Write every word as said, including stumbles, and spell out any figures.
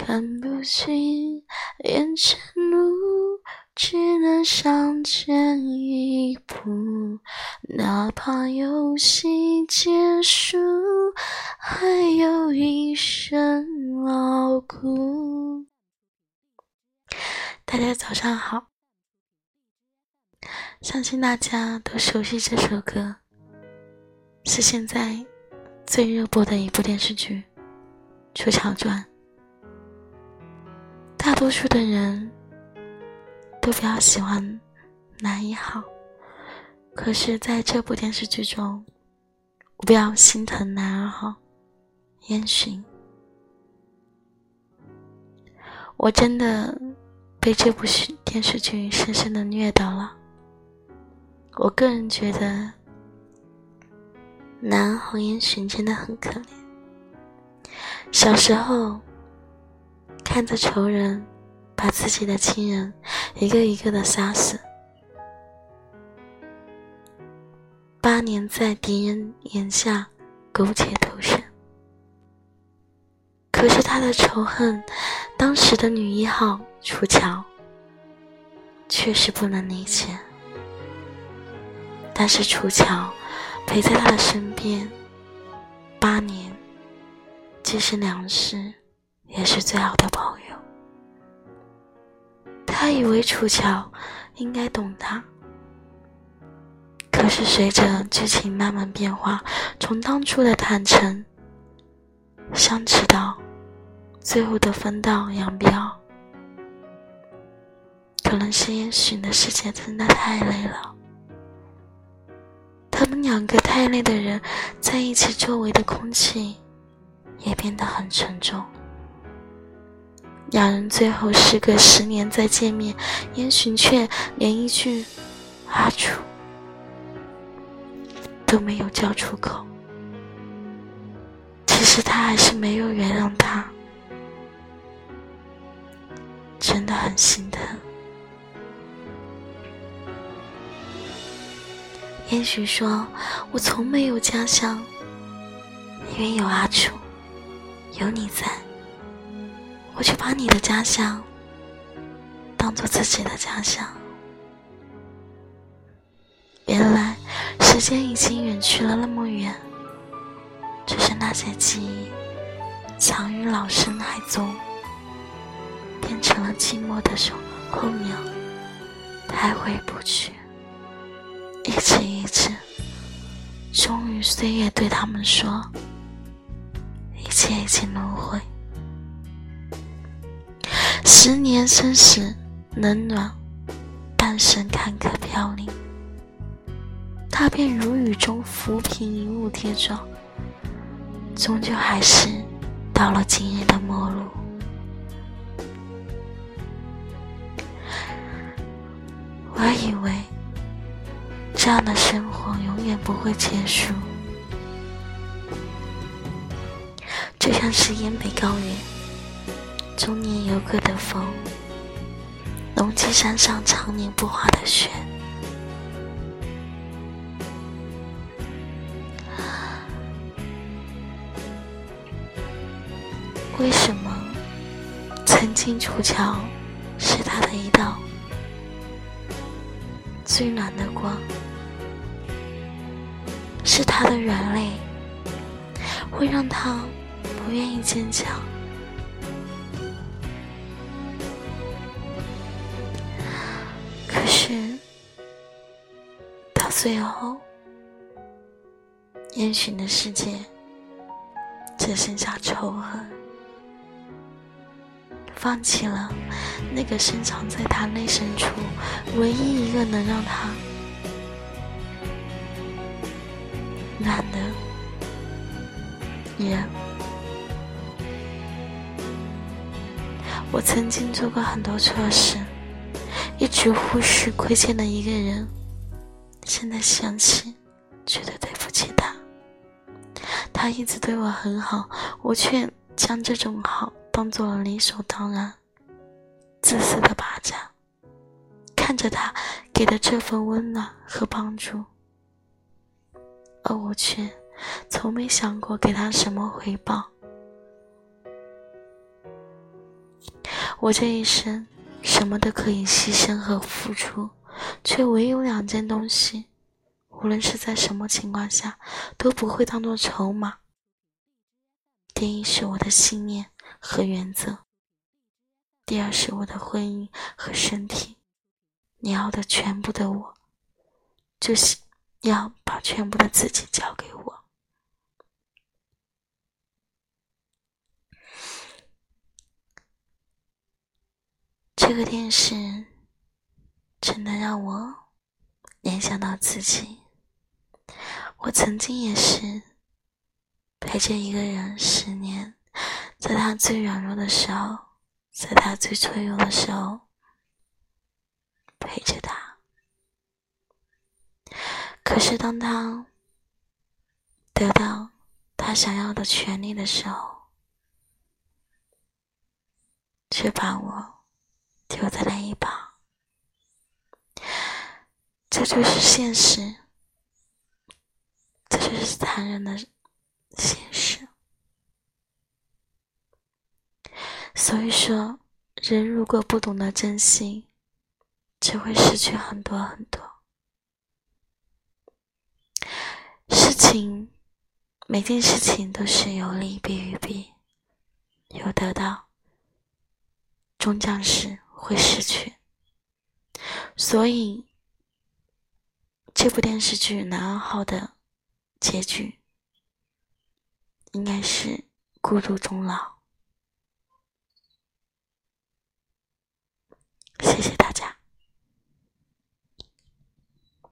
看不清眼前路，只能向前一步，哪怕游戏结束，还有一身牢固。大家早上好，相信大家都熟悉这首歌，是现在最热播的一部电视剧《楚乔传》。大多数的人都比较喜欢男一号，可是在这部电视剧中，我比较心疼男二号烟熏。我真的被这部电视剧深深的虐到了。我个人觉得男二号烟熏真的很可怜。小时候看着仇人把自己的亲人一个一个的杀死，八年在敌人眼下苟且偷生，可是他的仇恨当时的女一号楚乔确实不能理解，但是楚乔陪在他的身边八年，既是良师也是最好的朋友。他以为楚乔应该懂他，可是随着剧情慢慢变化，从当初的坦诚相持到最后的分道扬镳，可能是烟熏的世界真的太累了，他们两个太累的人在一起，周围的空气也变得很沉重。两人最后时隔十年再见面，烟熏却连一句阿楚都没有叫出口。其实他还是没有原谅他，真的很心疼。烟熏说，我从没有家乡，因为有阿楚，有你在，我就把你的家乡当作自己的家乡。原来时间已经远去了那么远，只是那些记忆藏于老深海中，变成了寂寞的手候鸟，还回不去。一直一直，终于岁月对他们说，一切已经轮回。十年生死冷暖，半生坎坷飘零，他便如雨中浮萍一物跌撞，终究还是到了今日的末路。我以为这样的生活永远不会结束，就像是燕北高原，终年有歌的风，龙脊山上常年不化的雪。为什么曾经楚乔是他的一道最暖的光，是他的软肋，会让他不愿意坚强。可是到最后，烟熏的世界只剩下仇恨，放弃了那个深藏在他内深处唯一一个能让他暖的人。我曾经做过很多错事，一直忽视亏欠的一个人，现在想起觉得对不起他。他一直对我很好，我却将这种好当作了理所当然，自私的巴掌。看着他给的这份温暖和帮助，而我却从没想过给他什么回报。 我这一生什么都可以牺牲和付出，却唯有两件东西，无论是在什么情况下都不会当作筹码。第一是我的信念和原则，第二是我的婚姻和身体。你要的全部的我，就是要把全部的自己交给我。这个电视真的让我联想到自己，我曾经也是陪着一个人十年，在他最软弱的时候，在他最脆弱的时候陪着他。可是当他得到他想要的权利的时候，却把我丢在了一旁。这就是现实，这就是残忍的现实。所以说，人如果不懂得珍惜，只会失去很多很多。事情，每件事情都是有利必于弊，有得到，终将是会失去。所以这部电视剧男二号的结局应该是孤独终老。谢谢大家。